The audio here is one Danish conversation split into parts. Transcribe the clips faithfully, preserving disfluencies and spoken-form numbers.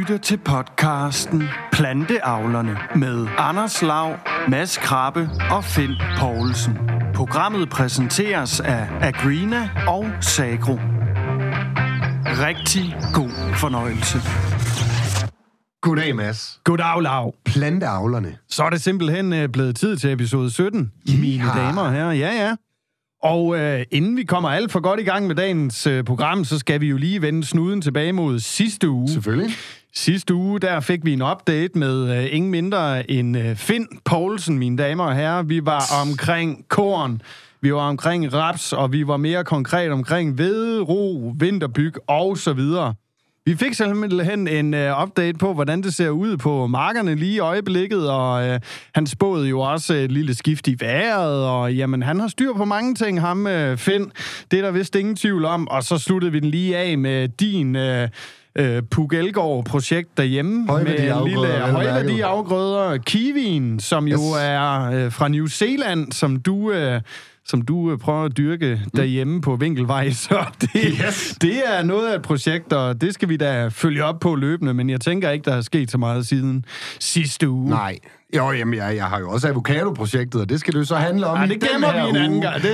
lytter til podcasten Planteavlerne med Anders Lau, Mads Krabbe og Finn Poulsen. Programmet præsenteres af Agrina og Sagro. Rigtig god fornøjelse. Goddag, Mads. Goddag, Lau. Planteavlerne. Så er det simpelthen blevet tid til episode sytten, mine ja. damer og herrer. Ja, ja. Og øh, inden vi kommer alt for godt i gang med dagens øh, program, så skal vi jo lige vende snuden tilbage mod sidste uge. Selvfølgelig. Sidste uge, der fik vi en update med øh, ingen mindre end øh, Finn Poulsen, mine damer og herrer. Vi var omkring korn, vi var omkring raps, og vi var mere konkret omkring hvede, ro, vinterbyg og så videre. Vi fik simpelthen en uh, update på, hvordan det ser ud på markerne lige i øjeblikket, og uh, han spåede jo også et lille skift i vejret, og jamen, han har styr på mange ting, ham uh, Finn. Det er der vist ingen tvivl om, og så sluttede vi den lige af med din uh, uh, Puk Elgård-projekt derhjemme. Med en lille højværdiafgrøder, kiwien, som jo yes. er uh, fra New Zealand, som du... Uh, som du prøver at dyrke derhjemme på Vinkelvej. Så det, yes. det er noget af et projekt, og det skal vi da følge op på løbende, men jeg tænker ikke, der er sket så meget siden sidste uge. Nej. Jo, jamen, jeg, jeg har jo også avocado-projektet, og det skal det jo så handle om. Ja, det gemmer vi en uge. anden gang. Det...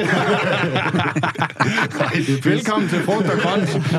Nej, det Velkommen til Frugt og Grønt.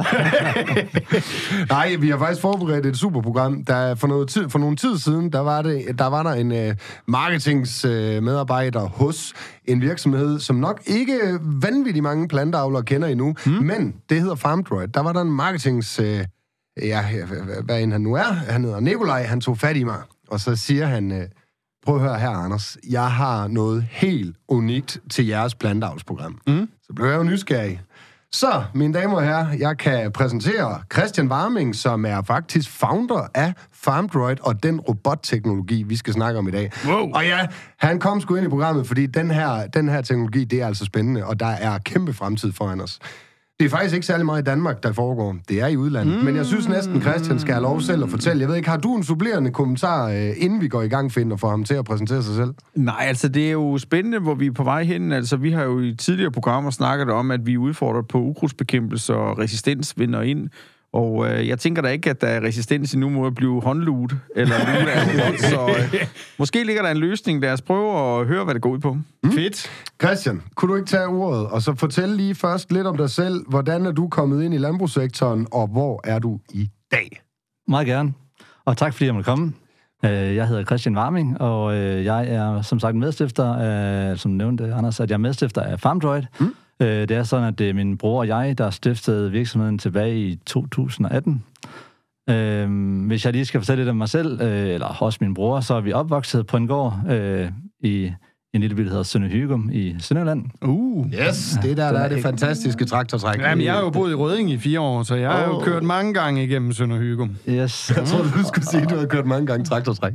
Nej, vi har faktisk forberedt et superprogram. Der for, noget tid, for nogle tid siden, der var, det, der, var der en uh, marketingsmedarbejder uh, hos en virksomhed, som nok ikke vanvittigt mange planteavlere kender endnu, hmm. men det hedder FarmDroid. Der var der en marketings... Uh, ja, hvad end han nu er. Han hedder Nikolaj, han tog fat i mig, og så siger han... Uh, Prøv at høre her, Anders. Jeg har noget helt unikt til jeres planteavlsprogram. Mm. Så blev jeg jo nysgerrig. Så, mine damer og herrer, jeg kan præsentere Christian Warming, som er faktisk founder af FarmDroid og den robotteknologi, vi skal snakke om i dag. Wow. Og ja, han kom sgu ind i programmet, fordi den her, den her teknologi, det er altså spændende, og der er kæmpe fremtid foran os. Det er faktisk ikke særlig meget i Danmark, der foregår. Det er i udlandet. Mm. Men jeg synes næsten, Christian skal have lov selv at fortælle. Jeg ved ikke, har du en supplerende kommentar, inden vi går i gang, Finn, og får ham til at præsentere sig selv? Nej, altså det er jo spændende, hvor vi er på vej hen. Altså vi har jo i tidligere programmer snakket om, at vi udfordrer på ukrudtsbekæmpelse og resistens vinder ind. Og øh, jeg tænker da ikke, at der er resistens endnu mod at blive håndluet eller luet af robot, så øh, måske ligger der en løsning. Lad os prøve at høre, hvad det går ud på. Mm. Fedt. Christian, kunne du ikke tage ordet, og så fortælle lige først lidt om dig selv. Hvordan er du kommet ind i landbrugssektoren, og hvor er du i dag? Meget gerne, og tak fordi jeg måtte komme. Jeg hedder Christian Warming, og jeg er som sagt medstifter af, som nævnte Anders, at jeg er medstifter af FarmDroid. Mm. Det er sådan, at det er min bror og jeg, der stiftede virksomheden tilbage i to tusind og atten. Hvis jeg lige skal fortælle lidt om mig selv, eller også min bror, så er vi opvokset på en gård i en lille by, der hedder Sønder Hygum i Sønderjylland. Uh, yes, det der, der er det fantastiske traktortræk. Jamen, jeg har jo boet i Rødding i fire år, så jeg har jo kørt mange gange igennem Sønder Hygum. Yes. Jeg tror, du skulle sige, at du har kørt mange gange traktortræk.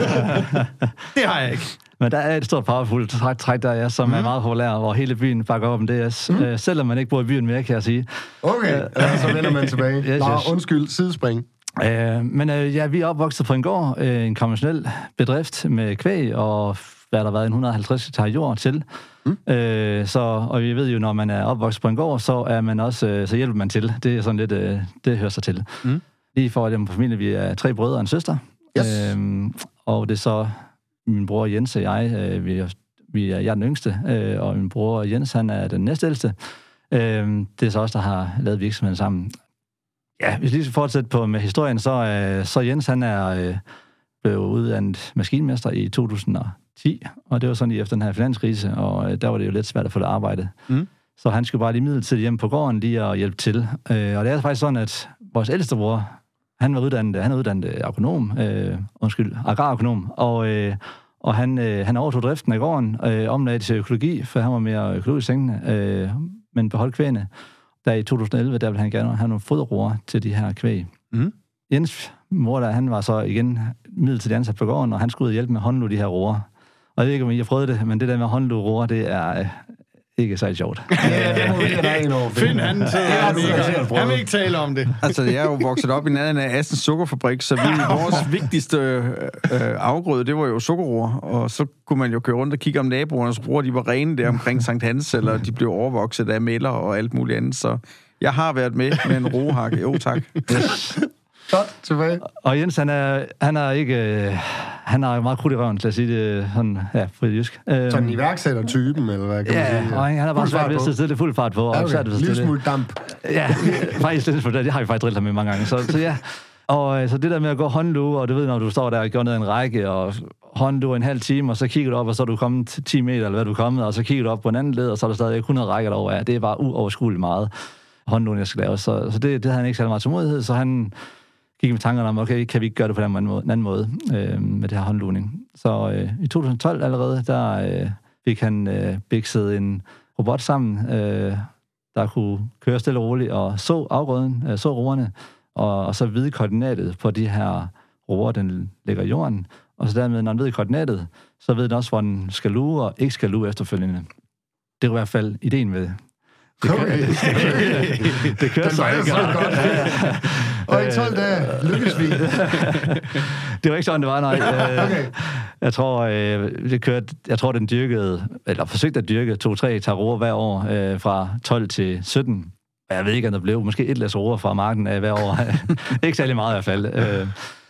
Det har jeg ikke. Men der er et stort powerful træk, der er, som mm. er meget populær, hvor hele byen bakker op om det. Mm. Øh, selvom man ikke bor i byen mere, kan jeg sige. Okay, øh, så vender man tilbage. Yes, Nå, yes. undskyld, sidespring. Øh, men øh, ja, vi er opvokset på en gård, øh, en konventionel bedrift med kvæg, og hvad der har været en et hundrede og halvtreds hektar jord til. Mm. Øh, så, og vi ved jo, når man er opvokset på en gård, så er man også, øh, så hjælper man til. Det er sådan lidt, øh, det hører sig til. Mm. Lige for dem på familien, vi er tre brødre og en søster. Yes. Øh, og det er så min bror Jens og jeg, øh, vi, er, vi er, jeg er den yngste, øh, og min bror Jens, han er den næstældste. Øh, det er så os, der har lavet virksomheden sammen. Ja, hvis vi lige skal fortsætte på med historien, så, øh, så Jens, han er øh, blevet uddannet maskinmester i to tusind og ti, og det var sådan lige efter den her finanskrise, og øh, der var det jo lidt svært at få det arbejde. Mm. Så han skulle bare lige midlertidigt hjem på gården lige at hjælpe til. Øh, og det er faktisk sådan, at vores ældste bror, han var uddannet, han er uddannet agronom, øh, undskyld, agrarøkonom, og, øh, og han, øh, han overtog driften af gården, øh, omlagde til økologi, for han var mere økologisk tænkende, øh, men beholdt kvægene. Der i to tusind og elleve, der ville han gerne have nogle foderroer til de her kvæg. Mm. Jens mor, der, han var så igen midlertidigt ansat på gården, og han skulle ud og hjælpe med at håndlue de her roer. Og jeg ved ikke, om I har prøvet det, men det der med at håndlue roer, det er... Øh, ikke særlig sjovt. Ja, det må vi have dig over. Finn, han, han vil ikke tale om det. Altså, jeg er jo vokset op i nærheden af Assens Sukkerfabrik, så vi, vores vigtigste øh, afgrøde, det var jo sukkerroer, og så kunne man jo køre rundt og kigge om naboernes roer, de var rene der omkring Sankt Hans, eller de blev overvokset af mælder og alt muligt andet, så jeg har været med med en roehak. Jo, tak. Godt, tilbage. Og Jens, han er, han er ikke... Øh, han er meget krudt i røven, til at sige det sådan, ja, på jysk. Sådan en iværksætter-typen, eller hvad kan ja, man sige? Ja, og han er bare svært ved at sidde stille, fuld fart på. Ja, okay. Og lille smule damp. Ja, faktisk lidt for det. Det har vi faktisk drillet ham med mange gange. Så, så ja, og så det der med at gå håndlue, og du ved, når du står der og går ned en række, og håndlue en halv time, og så kigger du op, og så er du kommet ti meter, eller hvad du er kommet, og så kigger du op på en anden led, og så er der stadig hundrede rækker derovre. Ja, det er bare uoverskueligt meget håndluen, jeg skal lave. Så, så det, det havde han ikke særlig meget tålmodighed, så han gik med tankerne om, okay, kan vi ikke gøre det på den anden måde øh, med det her håndluning. Så øh, i to tusind og tolv allerede, der øh, fik han øh, bikset en robot sammen, øh, der kunne køre stille og roligt og så afgrøden, øh, så roerne, og, og så vide koordinatet på de her roer, den ligger i jorden. Og så dermed, når den ved koordinatet, så ved den også, hvor den skal luge og ikke skal luge efterfølgende. Det er i hvert fald ideen med det. Det kører, okay. det, det kører så ikke godt. Ja, ja. Og i tolv dage lykkes vi. Det var ikke sådan, det var, nej. Okay. Jeg tror, det kørte, jeg tror, den dyrkede, eller forsøgte at dyrke to-tre hektar roer hver år, fra tolv til sytten. Jeg ved ikke, om der blev måske et læs roer fra marken af hver år. Ikke særlig meget i hvert fald.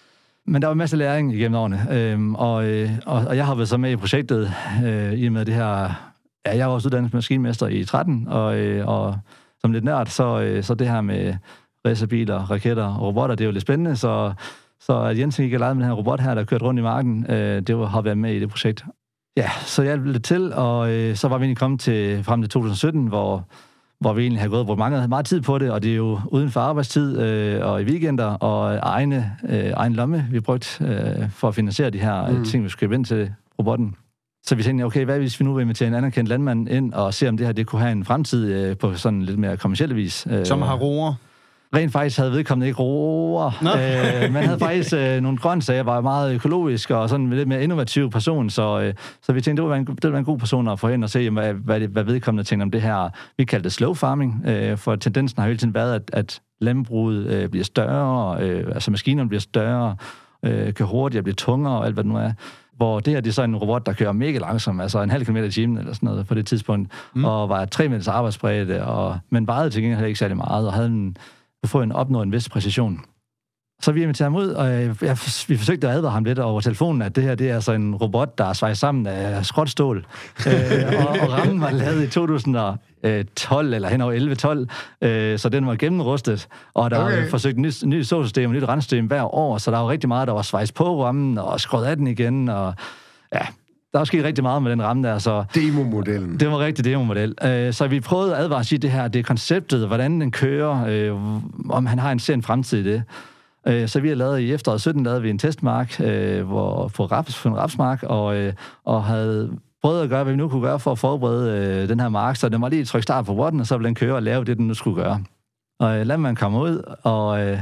Men der var en masse læring igennem årene. Og, og, og jeg har været så med i projektet, i og med det her. Ja, jeg var også uddannet maskinmester i tretten, og, og som lidt nørd, så, så det her med racerbiler, raketter og robotter, det er jo lidt spændende, så, så at Jensen gik og legede med den her robot her, der kørte rundt i marken, det var, har været med i det projekt. Ja, så jeg lidt til, og så var vi egentlig kommet til, frem til to tusind og sytten, hvor, hvor vi egentlig har gået brugt mange, meget tid på det, og det er jo uden for arbejdstid øh, og i weekender, og egne, øh, egen lomme, vi brugt øh, for at finansiere de her mm. ting, vi skal købe ind til robotten. Så vi tænkte, okay, hvad hvis vi nu vil invitere en anerkendt landmand ind og se, om det her det kunne have en fremtid øh, på sådan lidt mere kommerciel vis. Øh, Som har roer? Rent faktisk havde vedkommende ikke roer. Øh, man havde faktisk øh, nogle grøntsager, var meget økologisk og sådan en lidt mere innovativ person, så, øh, så vi tænkte, det var, en, det ville være en god person at få hen og se, hvad, hvad, hvad vedkommende tænkte om det her. Vi kaldte det slow farming, øh, for tendensen har hele tiden været, at, at landbruget øh, bliver større, øh, altså maskinerne bliver større, øh, kører hurtigere, bliver tungere og alt, hvad det nu er. Hvor det her, det er så en robot, der kører mega langsomt, altså en halv kilometer i timen eller sådan noget på det tidspunkt, mm. og var tre meters arbejdsbredde, og, men vejede til gengæld ikke særlig meget, og havde en, få en, opnået en vis præcision. Så vi inviterede ham ud, og jeg, jeg, vi forsøgte at advare ham lidt over telefonen, at det her, det er altså en robot, der er svejset sammen af skråtstål. øh, og, og rammen var lavet i to tusind og tolv, eller hen over elleve tolv, øh, så den var gennemrustet, og der okay. var forsøgt et nyt, nyt såsystem, et nyt rendsystem hver år, så der var rigtig meget, der var svejset på rammen, og skåret af den igen, og ja, der var sket rigtig meget med den ramme der, så... Demo-modellen. Det var rigtig demo-model. Øh, så vi prøvede at advare sige det her, det er konceptet, hvordan den kører, øh, om han har en sen fremtid i det. Øh, så vi har lavet i efteråret sytten, lavede vi en testmark, øh, hvor, på, raps, på en rapsmark, og, øh, og havde prøvet at gøre, hvad vi nu kunne gøre for at forberede øh, den her mark, så den var lige trykke start på robotten, og så ville den køre og lave det, den nu skulle gøre. Og øh, landmanden kommer ud, og... Øh,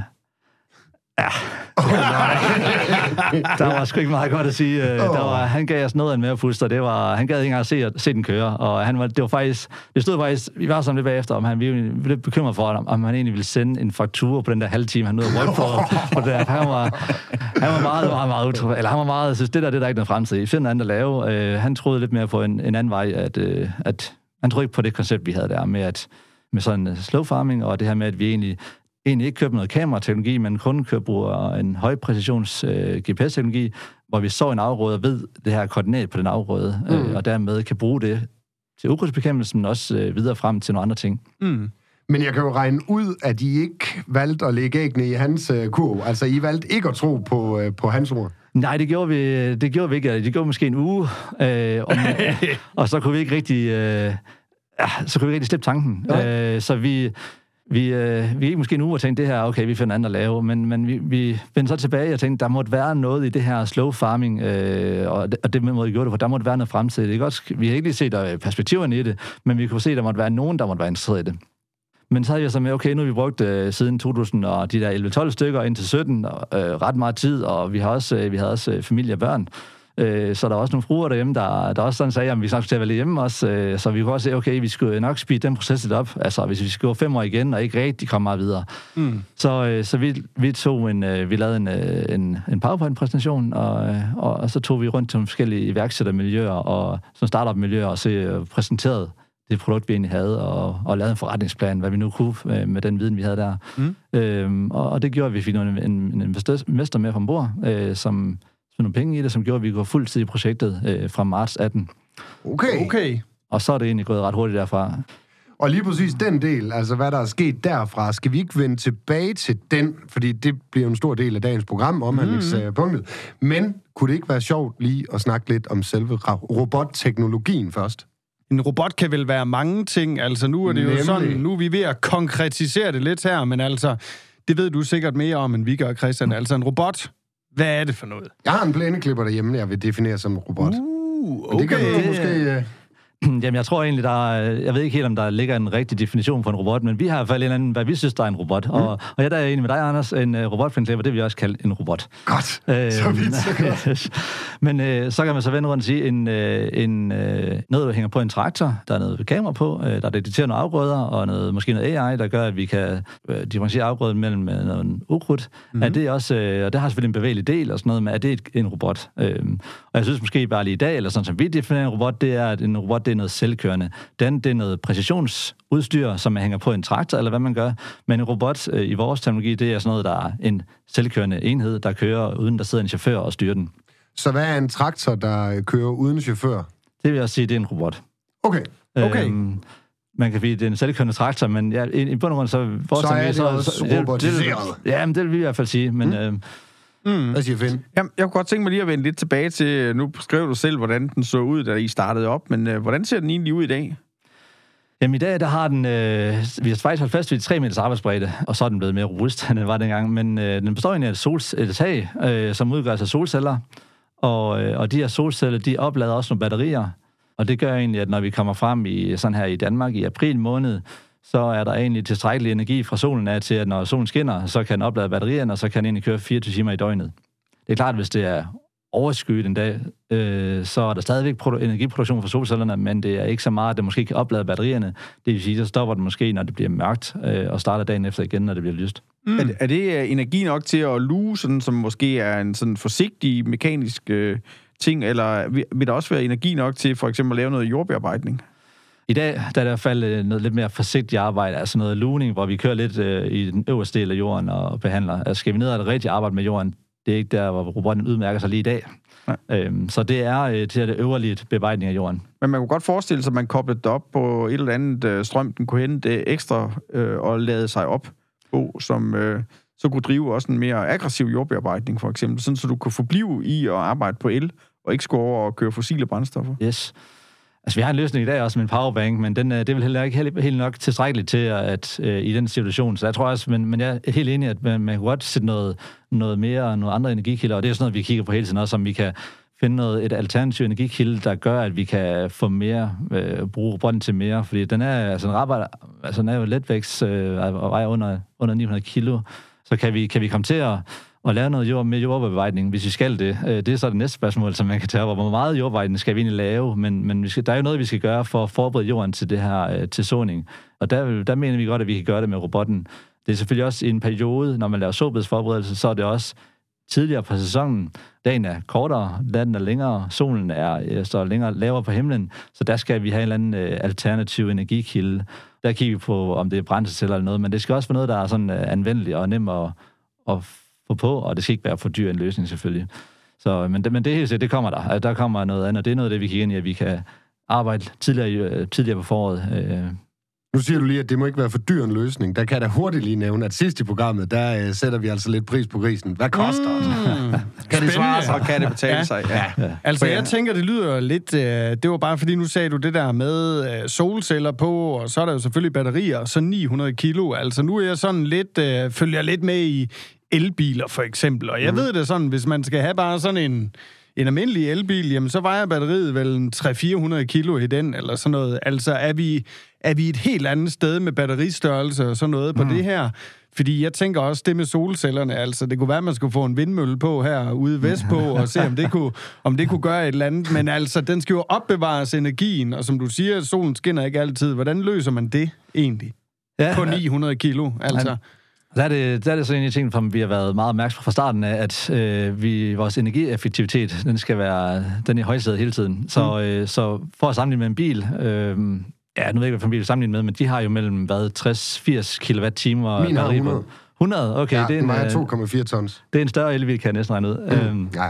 ja... der var sgu ikke meget godt at sige. Der var, han gav os noget af en mavepuster, og det var, han gad ikke engang at se, se den køre, og han var, det var faktisk, det stod faktisk, vi var sådan lidt bagefter, om han vi var lidt bekymret for, om han egentlig ville sende en faktura på den der halve time, han nåede at rykke på, på det der. Han var, han var meget, meget, meget utro, eller han var meget, synes det der, det der ikke noget fremtid. I finder andet at lave. Øh, han troede lidt mere på en, en anden vej, at, øh, at han troede ikke på det koncept, vi havde der, med, at, med sådan slow farming, og det her med, at vi egentlig egentlig ikke køber noget kamerateknologi, men kun køber en højpræcisions øh, G P S-teknologi, hvor vi så en afgrøde og ved det her koordinat på den afgrøde, mm. øh, og dermed kan bruge det til ukrudtsbekæmpelsen, men også øh, videre frem til nogle andre ting. Mm. Men jeg kan jo regne ud, at I ikke valgte at lægge æggene i hans øh, kurv. Altså, I valgte ikke at tro på, øh, på hans ord. Nej, det gjorde vi, det gjorde vi ikke. Det gjorde måske en uge, øh, og, og så kunne vi ikke rigtig, øh, ja, så kunne vi ikke rigtig slippe tanken. Ja. Øh, så vi... Vi, øh, vi gik måske en uge og tænkte, det her, okay, vi finder andet at lave, men, men vi, vi vendte så tilbage og tænkte, der måtte være noget i det her slow farming, øh, og, det, og det måde, vi gjorde det på, der måtte være noget fremtid. Det er godt, vi har ikke lige set der perspektiverne i det, men vi kunne se, at der måtte være nogen, der måtte være interesseret i det. Men så havde jeg så med, okay, nu har vi brugt øh, siden to tusind og de der elleve tolv stykker indtil sytten, og, øh, ret meget tid, og vi har også, øh, vi havde også øh, familie og børn. Så der er også nogle fruer derhjemme, der, der også sådan sagde, at vi snart skulle til at være hjemme også. Så vi kunne også se, okay, vi skulle nok speede den proces lidt op. Altså, hvis vi skulle gå fem år igen, og ikke rigtig komme meget videre. Mm. Så, så vi, vi tog en, vi lavede en, en, en PowerPoint-præsentation, og, og så tog vi rundt til nogle forskellige iværksættermiljøer, og sådan startup-miljøer, og så præsenterede det produkt, vi egentlig havde, og, og lavede en forretningsplan, hvad vi nu kunne øh, med den viden, vi havde der. Mm. Øhm, og, og det gjorde, at vi fik en, en investor med fra bord, øh, som så nogle penge i det, som gjorde, at vi går fuld tid i projektet øh, fra marts atten. Okay. Okay. Og så er det egentlig gået ret hurtigt derfra. Og lige præcis den del, altså hvad der er sket derfra, skal vi ikke vende tilbage til den, fordi det bliver en stor del af dagens program, omhandlingspunktet. Mm. Men kunne det ikke være sjovt lige at snakke lidt om selve robotteknologien først? En robot kan vel være mange ting, altså nu er det Nemlig. jo sådan, nu er vi ved at konkretisere det lidt her, men altså, det ved du sikkert mere om, end vi gør, Christian. Altså en robot, hvad er det for noget? Jeg har en plæneklipper derhjemme, jeg vil definere som en robot. Uh, okay. Det kan du måske... Uh... Jamen, jeg tror egentlig, der er, jeg ved ikke helt, om der ligger en rigtig definition for en robot, men vi har i hvert fald en eller anden, hvad vi synes, der er en robot. Mm. Og, og jeg der er enig med dig, Anders, en uh, robotplæneklipper, det vil jeg også kalde en robot. Godt, øh, så vidt, så godt. Men øh, så kan man så vende rundt og sige, en, øh, en, øh, noget, der hænger på en traktor, der er noget kamera på, øh, der detekterer nogle afgrøder, og noget, måske noget A I, der gør, at vi kan øh, differentiere afgrøden mellem øh, noget ukrudt. Mm. Er det også, øh, og det har selvfølgelig en bevægelig del og sådan noget, men er det et, en robot? Øh, og jeg synes måske bare lige i dag, eller sådan som vi definerer en robot, det er, at en robot, det er noget selvkørende. Den, det er noget præcisionsudstyr, som man hænger på en traktor, eller hvad man gør. Men en robot øh, i vores terminologi, det er sådan noget, der er en selvkørende enhed, der kører, uden der sidder en chauffør og styrer den. Så hvad er en traktor, der kører uden chauffør? Det vil jeg sige, det er en robot. Okay. Okay. Øhm, man kan sige, det er en selvkørende traktor, men ja, i, i bund og grund, så... Så er det så, også så, robotiseret. Det, ja, men det vil vi i hvert fald sige, men... Mm. Øhm, Mm. Hvad siger Finn? Jamen, jeg kunne godt tænke mig lige at vende lidt tilbage til, nu skrev du selv, hvordan den så ud, da I startede op, men øh, hvordan ser den egentlig ud i dag? Jamen i dag, der har den, øh, vi har faktisk holdt fast ved tre meters arbejdsbredde, og så er den blevet mere robust, end den var dengang, men øh, den består egentlig af et, sols, et tag, øh, som udgøres af solceller, og, øh, og de her solceller, de oplader også nogle batterier, og det gør egentlig, at når vi kommer frem i sådan her i Danmark i april måned, så er der egentlig tilstrækkelig energi fra solen af til, at når solen skinner, så kan den oplade batterierne, og så kan den egentlig køre fireogtyve timer i døgnet. Det er klart, at hvis det er overskyet en dag, øh, så er der stadigvæk produ- energiproduktion fra solcellerne, men det er ikke så meget, at det måske kan oplade batterierne. Det vil sige, så stopper det måske, når det bliver mørkt, øh, og starter dagen efter igen, når det bliver lyst. Mm. Er, er det energi nok til at luge, sådan, som måske er en sådan forsigtig mekanisk øh, ting, eller vil, vil der også være energi nok til for eksempel at lave noget jordbearbejdning? I dag der er der i hvert fald noget lidt mere forsigtigt arbejde, altså noget lugning, hvor vi kører lidt øh, i den øverste del af jorden og behandler. Altså skal vi ned og det rigtige arbejde med jorden, det er ikke der, hvor robotten udmærker sig lige i dag. Øhm, så det er øh, til det øverlige bearbejdning af jorden. Men man kunne godt forestille sig, at man koblede det op på et eller andet øh, strøm, den kunne hente ekstra øh, og lade sig op på, som øh, så kunne drive også en mere aggressiv jordbearbejdning, for eksempel, sådan så du kunne forblive i at arbejde på el, og ikke skulle over og køre fossile brændstoffer. Yes. Altså, vi har en løsning i dag også med en powerbank, men den, det er vel heller ikke helt, helt nok tilstrækkeligt til, at, at uh, i den situation. Så jeg tror også, men, men jeg er helt enig, at man, man kan godt sætte noget, noget mere og nogle andre energikilder, og det er sådan noget, vi kigger på hele tiden også, om vi kan finde noget, et alternativ energikilde, der gør, at vi kan få mere, øh, bruge robotten til mere, fordi den er, altså, en arbejder, altså, den er jo letvægts øh, og vejer under, under ni hundrede kilo, så kan vi, kan vi komme til at og lave noget jord med jordbearbejdning, hvis vi skal det. Det er så det næste spørgsmål, som man kan tage op. Hvor meget jordbearbejdning skal vi egentlig lave? Men, men vi skal, der er jo noget, vi skal gøre for at forberede jorden til det her til såning. Og der, der mener vi godt, at vi kan gøre det med robotten. Det er selvfølgelig også i en periode, når man laver såbedsforberedelse, så er det også tidligere på sæsonen. Dagen er kortere, natten er længere, solen er så længere lavere på himlen, så der skal vi have en eller anden alternativ energikilde. Der kigger vi på, om det er brændselsceller eller noget, men det skal også være noget, der er sådan anvendeligt og nemt at, at få på, og det skal ikke være for dyr en løsning selvfølgelig. Så, men, det, men det helt sikkert, det kommer der. Altså, der kommer noget andet, og det er noget af det, vi kigger ind i, at vi kan arbejde tidligere, tidligere på foråret. Nu siger du lige, at det må ikke være for dyr en løsning. Der kan jeg da hurtigt lige nævne, at sidst i programmet, der uh, sætter vi altså lidt pris på grisen. Hvad koster det? Mm. Kan det svare sig, og kan det betale ja. sig? Ja. Ja. Altså, jeg tænker, det lyder lidt... Uh, det var bare fordi, nu sagde du det der med uh, solceller på, og så er der jo selvfølgelig batterier, og så ni hundrede kilo. Altså, nu er jeg sådan lidt... Uh, følger lidt med i elbiler, for eksempel. Og jeg mm. ved det sådan, hvis man skal have bare sådan en... En almindelig elbil, jamen så vejer batteriet vel tre hundrede til fire hundrede kilo i den, eller sådan noget. Altså, er vi, er vi et helt andet sted med batteristørrelse og sådan noget på mm. det her? Fordi jeg tænker også, det med solcellerne, altså, det kunne være, at man skulle få en vindmølle på her ude vestpå, og se, om det, kunne, om det kunne gøre et eller andet. Men altså, den skal jo opbevares energien, og som du siger, solen skinner ikke altid. Hvordan løser man det egentlig? Ja, på ni hundrede kilo, altså... Han... Der er, det, der er det så en af tingene, som vi har været meget opmærksom på fra starten af, at øh, vi, vores energieffektivitet, den skal være den er i højsædet hele tiden. Så, mm. øh, så for at sammenligne med en bil, øh, ja, nu ved jeg ikke, hvad familie sammenlignet med, men de har jo mellem, hvad, tres til firs kilowatt-timer. Min har hundrede. hundrede, okay. Ja, det er den vejer en, to komma fire tons. Det er en større elbil, kan jeg næsten regne ud. Mm. Øhm. Ja.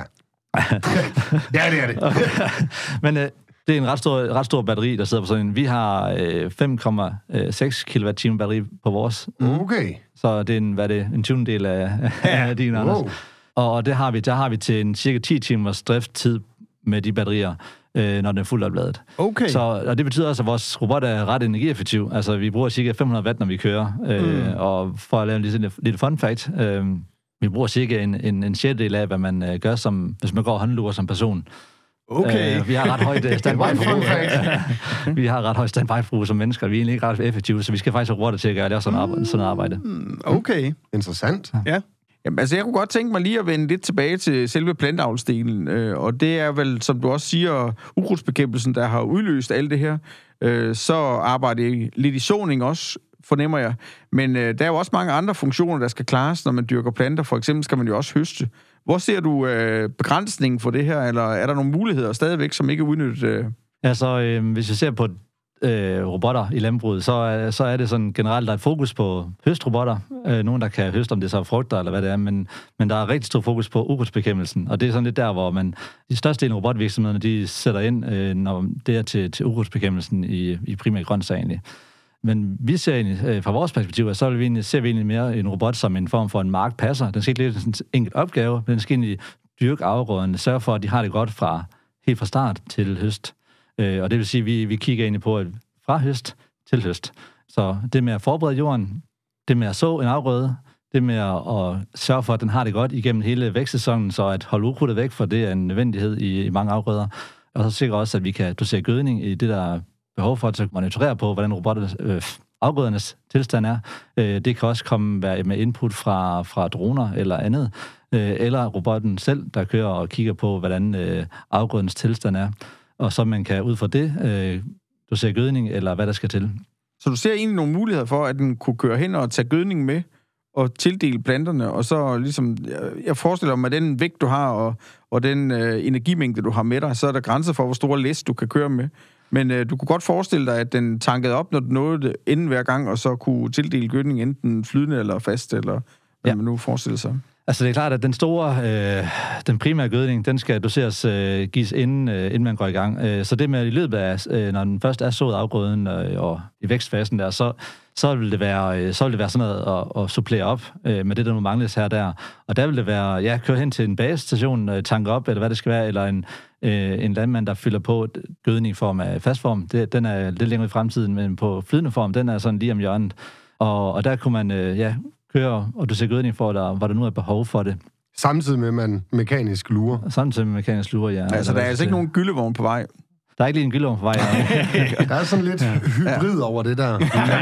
Ja, det er det. Okay. Men øh, det er en ret stor, ret stor batteri, der sidder på sådan en. Vi har øh, fem komma seks kilowatt-timer batteri på vores. Okay. Så det er en, hvad er det, en tyvende del af, af din, Anders. Wow. Og det har vi, der har vi til en cirka ti timers drifttid med de batterier, øh, når den er fuldt opladet. Okay. Så, og det betyder også, at vores robot er ret energieffektiv. Altså, vi bruger cirka fem hundrede watt, når vi kører. Øh, mm. Og for at lave en lille, lille fun fact, øh, vi bruger cirka en, en, en sjettedel af, hvad man øh, gør, som, hvis man går håndlurer som person. Okay. Øh, vi har ret højt standby-forbrug. Vi har ret højt standby-forbrug som mennesker. Vi er egentlig ikke ret effektive, så vi skal faktisk have robotter til at gøre det sådan arbejde. Sådan arbejde. Okay. Interessant. Ja. Jamen, altså, jeg kunne godt tænke mig lige at vende lidt tilbage til selve planteavlsdelen, øh, og det er vel, som du også siger, ukrudtsbekæmpelsen, der har udløst alt det her. Øh, så arbejder I lidt i såning også, fornemmer jeg. Men øh, der er jo også mange andre funktioner, der skal klares, når man dyrker planter. For eksempel skal man jo også høste. Hvor ser du øh, begrænsningen for det her, eller er der nogle muligheder stadigvæk, som ikke er udnyttet? Øh? Altså, øh, hvis jeg ser på øh, robotter i landbruget, så, så er det sådan generelt, der er et fokus på høstrobotter. Øh, nogen, der kan høste, om det så er frugter eller hvad det er, men, men der er rigtig stor fokus på ukrudtsbekæmpelsen. Og det er sådan lidt der, hvor man, de største del af robotvirksomhederne, de sætter ind, øh, når det er til, til ukrudtsbekæmpelsen i, i primært grøntsager egentlig. Men vi ser egentlig, øh, fra vores perspektiv, så vi egentlig, ser vi egentlig mere en robot som en form for en markpasser. Den skal ikke lidt en enkelt opgave, men den skal egentlig dyrke afgrøderne, sørge for, at de har det godt fra helt fra start til høst. Øh, og det vil sige, at vi, vi kigger egentlig på, at fra høst til høst. Så det med at forberede jorden, det med at så en afgrøde, det med at, at sørge for, at den har det godt igennem hele vækstsæsonen, så at holde ukrudtet væk, for det er en nødvendighed i, i mange afgrøder. Og så sikrer også, at vi kan dosere gødning i det, der behov for at monitorere på, hvordan robotternes, øh, afgrødernes tilstand er. Øh, det kan også komme med input fra, fra droner eller andet, øh, eller robotten selv, der kører og kigger på, hvordan øh, afgrødernes tilstand er. Og så man kan ud fra det øh, dosere gødning, eller hvad der skal til. Så du ser egentlig nogle muligheder for, at den kunne køre hen og tage gødning med, og tildele planterne, og så ligesom, jeg forestiller mig, at den vægt, du har, og, og den øh, energimængde, du har med dig, så er der grænser for, hvor store læs du kan køre med. Men øh, du kunne godt forestille dig, at den tankede op, når den nåede det inden hver gang, og så kunne tildele gødning enten flydende eller fast, eller hvad ja. man nu forestiller sig. Altså det er klart, at den store, øh, den primære gødning, den skal doseres, øh, gives inden, øh, inden man går i gang. Øh, så det med i løbet af, øh, når den først er sået afgrøden øh, og i vækstfasen der, så, så vil det være, øh, så vil det være sådan noget at, at supplere op øh, med det, der nu mangles her der. Og der vil det være, ja, køre hen til en basestation, øh, tanke op, eller hvad det skal være, eller en, øh, en landmand, der fylder på gødning i form af fastform. Det, den er lidt længere i fremtiden, men på flydende form, den er sådan lige om hjørnet. Og, og der kunne man, øh, ja, køre, og du ser gødning for, der, hvor der nu er behov for det. Samtidig med, at man mekanisk lurer. Samtidig med mekanisk lurer, ja. Altså, der er altså ikke nogen gyllevogn på vej. Der er ikke lige en gyldevogn på vej. Ja. Der er sådan lidt hybrid ja. over det der.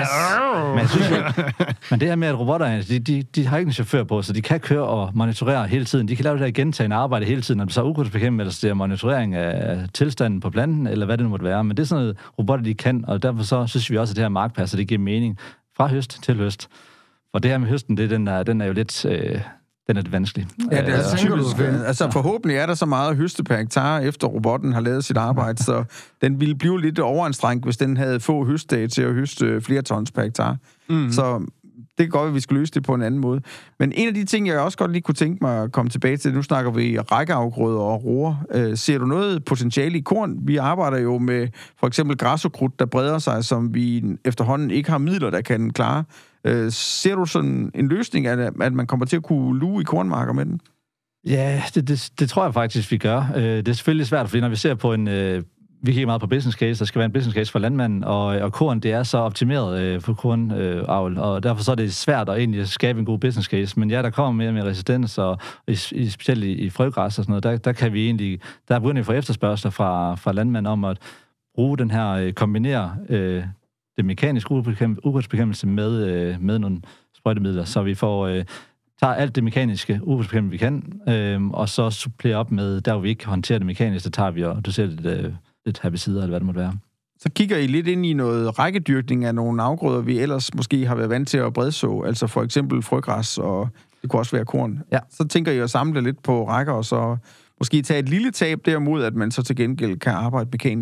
men, jeg synes, men det her med, at robotterne, de, de, de har ikke en chauffør på, så de kan køre og monitorere hele tiden. De kan lave det her gentagende arbejde hele tiden, når det så er ukrudtsbekæmpelse, eller monitorering af tilstanden på planten, eller hvad det nu måtte være. Men det er sådan noget, robotter de kan, og derfor så synes vi også, at det her markpasser, det giver mening fra høst til høst. Og det her med høsten, det, den, er, den er jo lidt, øh, den er lidt vanskelig. Ja, det er altså, typisk. Altså forhåbentlig er der så meget høste per hektar, efter robotten har lavet sit arbejde, så den ville blive lidt overanstrengt, hvis den havde få høstdage til at høste flere tons per hektar. Mm-hmm. Så det kan godt være, at vi skal løse det på en anden måde. Men en af de ting, jeg også godt lige kunne tænke mig at komme tilbage til, nu snakker vi rækkeafgrøder og roer. Øh, ser du noget potentiale i korn? Vi arbejder jo med for eksempel græsukrudt, der breder sig, som vi efterhånden ikke har midler, der kan klare. Øh, ser du sådan en løsning, at, at man kommer til at kunne luge i kornmarker med den? Ja, det, det, det tror jeg faktisk, vi gør. Øh, det er selvfølgelig svært, fordi når vi ser på en... Øh, vi kigger meget på business case, der skal være en business case for landmanden, og, og korn, det er så optimeret øh, for kornavl, øh, og derfor så er det svært at egentlig skabe en god business case. Men ja, der kommer mere med resistens, og i, i, specielt i, i frøgræs og sådan noget, der, der kan vi egentlig... Der er begyndt at få efterspørgsler fra, fra landmanden om at bruge den her, øh, kombinere øh, det mekaniske ukrudtsbekæmpelse med, øh, med nogle sprøjtemidler, så vi får... Øh, tager alt det mekaniske ukrudtsbekæmpelse, vi kan, øh, og så supplerer op med, der hvor vi ikke håndterer det mekaniske, så tager vi og doserer lidt, øh, lidt herbicider, eller hvad det måtte være. Så kigger I lidt ind i noget rækkedyrkning af nogle afgrøder, vi ellers måske har været vant til at bredså, altså for eksempel frøgræs, og det kunne også være korn. Ja. Så tænker I at samle lidt på rækker, og så måske tage et lille tab derimod, at man så til gengæld kan arbejde mekanisk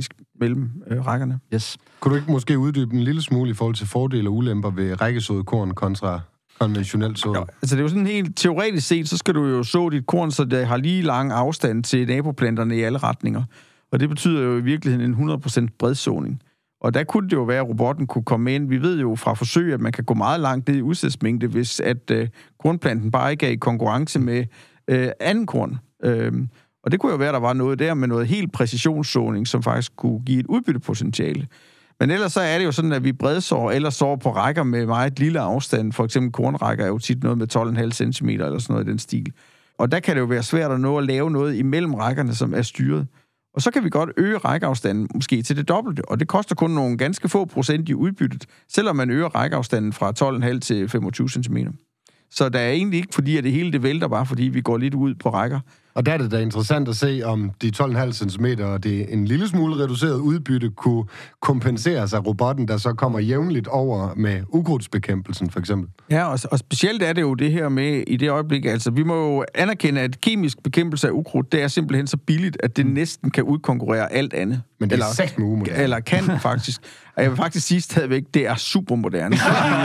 mellem øh, rækkerne. Yes. Kunne du ikke måske uddybe en lille smule i forhold til fordele og ulemper ved rækkesået korn kontra konventionelt sået? Ja, altså det er jo sådan helt teoretisk set, så skal du jo så dit korn, så det har lige lang afstand til naboplanterne i alle retninger. Og det betyder jo i virkeligheden en hundrede procent bredsåning. Og der kunne det jo være, at robotten kunne komme ind. Vi ved jo fra forsøg, at man kan gå meget langt ned i udsætsmængde, hvis at øh, kornplanten bare ikke er i konkurrence med øh, anden korn. Øhm, og det kunne jo være, at der var noget der med noget helt præcisionssåning, som faktisk kunne give et udbyttepotentiale. Men ellers så er det jo sådan, at vi bredsår eller sår på rækker med meget lille afstand. For eksempel kornrækker er jo tit noget med tolv komma fem centimeter eller sådan noget i den stil. Og der kan det jo være svært at nå at lave noget imellem rækkerne, som er styret. Og så kan vi godt øge rækkeafstanden måske til det dobbelte, og det koster kun nogle ganske få procent i udbyttet, selvom man øger rækkeafstanden fra tolv komma fem til femogtyve centimeter. Så der er egentlig ikke, fordi at det hele det vælter, bare fordi vi går lidt ud på rækker. Og der er det da interessant at se, om de tolv komma fem centimeter og det en lille smule reduceret udbytte kunne kompenseres af robotten, der så kommer jævnligt over med ukrudtsbekæmpelsen, for eksempel. Ja, og, og specielt er det jo det her med i det øjeblik, altså vi må jo anerkende, at kemisk bekæmpelse af ukrudt, det er simpelthen så billigt, at det næsten kan udkonkurrere alt andet. Men det er sagt med umoderne. Eller kan faktisk. Og jeg vil faktisk sige stadigvæk, det er super moderne.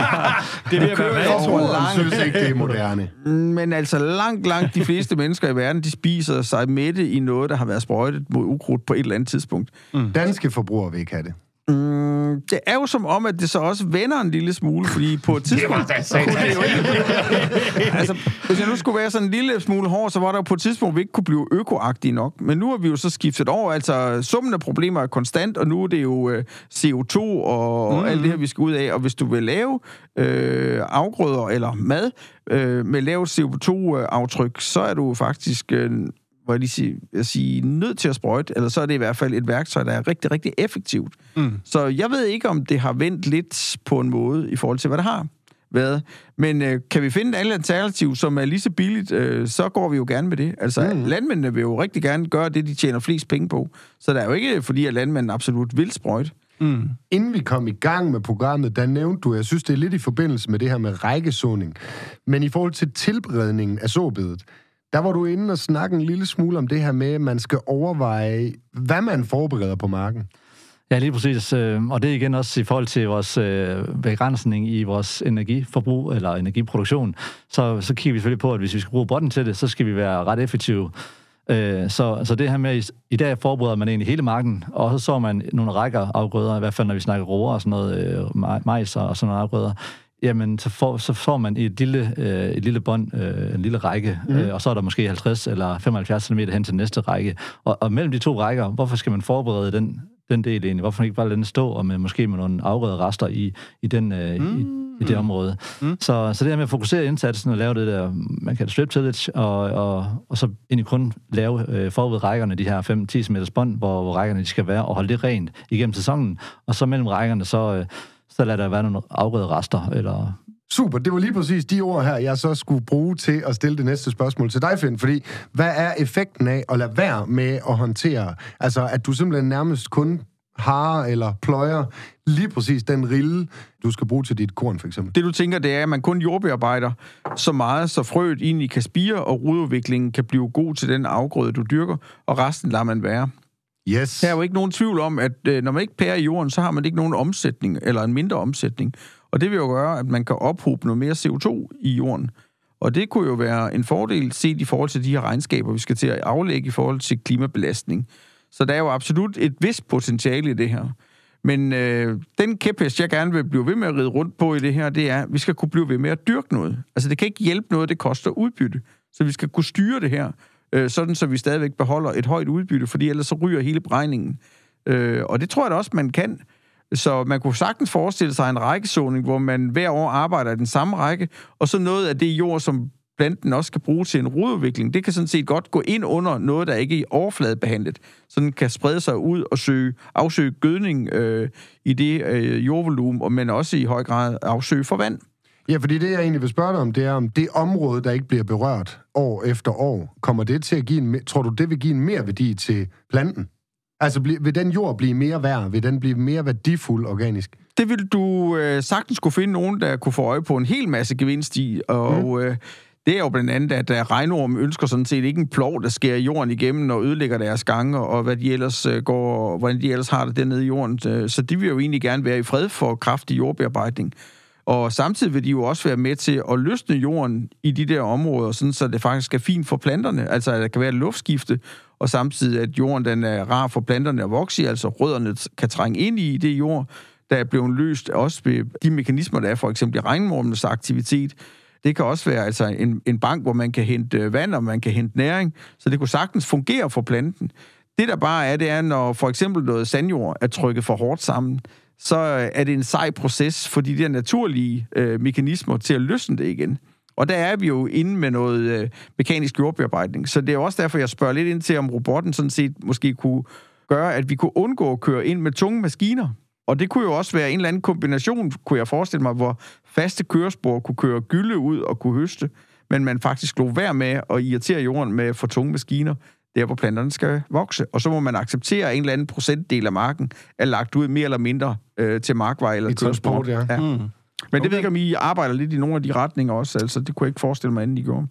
Det er det, jeg kører Jeg tror, synes ikke, det er moderne. Men altså langt, langt de fleste mennesker i verden, de spiser sig mætte i noget, der har været sprøjtet mod ukrudt på et eller andet tidspunkt. Mm. Danske forbrugere vil ikke have det. Mm, det er jo som om, at det så også vender en lille smule, fordi på et tidspunkt... det var det jo ikke. Altså, hvis jeg nu skulle være sådan en lille smule hård, så var der jo på et tidspunkt, vi ikke kunne blive økoagtige nok. Men nu har vi jo så skiftet over. Altså, summen af problemer er konstant, og nu er det jo øh, C O to og mm. alt det her, vi skal ud af. Og hvis du vil lave øh, afgrøder eller mad øh, med lavt C O to-aftryk, så er du faktisk... Øh, hvor jeg lige sige, jeg sige, nødt til at sprøjte, eller så er det i hvert fald et værktøj, der er rigtig, rigtig effektivt. Mm. Så jeg ved ikke, om det har vendt lidt på en måde i forhold til, hvad det har været. Men øh, kan vi finde alle alternativer, som er lige så billigt, øh, så går vi jo gerne med det. Altså, mm. landmændene vil jo rigtig gerne gøre det, de tjener flest penge på. Så der er jo ikke, fordi at landmændene absolut vil sprøjte. Mm. Inden vi kom i gang med programmet, der nævnte du, jeg synes, det er lidt i forbindelse med det her med rækkesåning, men i forhold til tilberedningen af såbedet, der var du inde og snakke en lille smule om det her med, at man skal overveje, hvad man forbereder på marken. Ja, lige præcis. Og det er igen også i forhold til vores begrænsning i vores energiforbrug eller energiproduktion. Så, så kigger vi selvfølgelig på, at hvis vi skal bruge botten til det, så skal vi være ret effektive. Så, så det her med, i dag forbereder man egentlig hele marken, og så så man nogle rækker afgrøder, i hvert fald når vi snakker roer og sådan noget, majs og sådan nogle afgrøder. Jamen, så får, så får man et lille, øh, et lille bånd, øh, en lille række, mm. øh, og så er der måske halvtreds eller femoghalvfjerds centimeter hen til næste række. Og, og mellem de to rækker, hvorfor skal man forberede den, den del egentlig? Hvorfor ikke bare lade den stå, og med, måske med nogle afgrøde rester i, i, den, øh, mm. i, i det område? Mm. Så, så det her med at fokusere indsatsen og lave det der, man kan strip tillage, og, og, og så egentlig kun lave øh, forud rækkerne, de her fem til ti meters bånd, hvor, hvor rækkerne de skal være, og holde det rent igennem sæsonen. Og så mellem rækkerne, så... Øh, så lader der være nogle afgrøde rester, eller... Super, det var lige præcis de ord her, jeg så skulle bruge til at stille det næste spørgsmål til dig, Finn, fordi hvad er effekten af at lade være med at håndtere, altså at du simpelthen nærmest kun harer eller pløjer lige præcis den rille, du skal bruge til dit korn, for eksempel? Det du tænker, det er, at man kun jordbearbejder så meget, så frøet egentlig kan spire, og rodudviklingen kan blive god til den afgrøde, du dyrker, og resten lader man være. Yes. Der er jo ikke nogen tvivl om, at øh, når man ikke pærer i jorden, så har man ikke nogen omsætning, eller en mindre omsætning. Og det vil jo gøre, at man kan ophobe noget mere C O to i jorden. Og det kunne jo være en fordel set i forhold til de her regnskaber, vi skal til at aflægge i forhold til klimabelastning. Så der er jo absolut et vist potentiale i det her. Men øh, den kæphest, jeg gerne vil blive ved med at ride rundt på i det her, det er, at vi skal kunne blive ved med at dyrke noget. Altså det kan ikke hjælpe noget, det koster udbytte. Så vi skal kunne styre det her, øh, sådan så vi stadigvæk beholder et højt udbytte, fordi ellers så ryger hele beregningen. Øh, og det tror jeg da også, man kan. Så man kunne sagtens forestille sig en rækkesåning, hvor man hver år arbejder i den samme række, og så noget af det jord, som planten også kan bruge til en rodudvikling, det kan sådan set godt gå ind under noget, der ikke er overfladebehandlet. Så den kan sprede sig ud og søge, afsøge gødning øh, i det øh, jordvolumen, men også i høj grad afsøge for vand. Ja, fordi det, jeg egentlig vil spørge dig om, det er, om det område, der ikke bliver berørt år efter år, kommer det til at give en, tror du, det vil give en mere værdi til planten? Altså, vil den jord blive mere værd? Vil den blive mere værdifuld organisk? Det vil du øh, sagtens kunne finde nogen, der kunne få øje på en hel masse gevinst i, og mm. øh, det er jo blandt andet, at uh, regnorm ønsker sådan set ikke en plov, der skærer jorden igennem og ødelægger deres gange, og hvad de ellers uh, går, hvordan de ellers har det dernede i jorden. Så de vil jo egentlig gerne være i fred for kraftig jordbearbejdning. Og samtidig vil de jo også være med til at løsne jorden i de der områder, sådan så det faktisk er fint for planterne. Altså, at der kan være et luftskifte, og samtidig, at jorden den er rar for planterne at vokse i, altså rødderne kan trænge ind i det jord, der er blevet løst også ved de mekanismer, der er for eksempel i regnormens aktivitet. Det kan også være altså en, en bank, hvor man kan hente vand, og man kan hente næring, så det kunne sagtens fungere for planten. Det der bare er, det er, når for eksempel noget sandjord er trykket for hårdt sammen, så er det en sej proces for de der naturlige øh, mekanismer til at løsne det igen. Og der er vi jo inde med noget øh, mekanisk jordbearbejdning. Så det er også derfor, jeg spørger lidt ind til, om robotten sådan set måske kunne gøre, at vi kunne undgå at køre ind med tunge maskiner. Og det kunne jo også være en eller anden kombination, kunne jeg forestille mig, hvor faste kørespor kunne køre gylde ud og kunne høste, men man faktisk lå være med at irritere jorden med for tunge maskiner, der hvor planterne skal vokse. Og så må man acceptere, at en eller anden procentdel af marken er lagt ud mere eller mindre øh, til markvej eller transport, ja. ja. Mm. Men okay. Det ved ikke, om I arbejder lidt i nogle af de retninger også, altså det kunne jeg ikke forestille mig, inden I gjorde.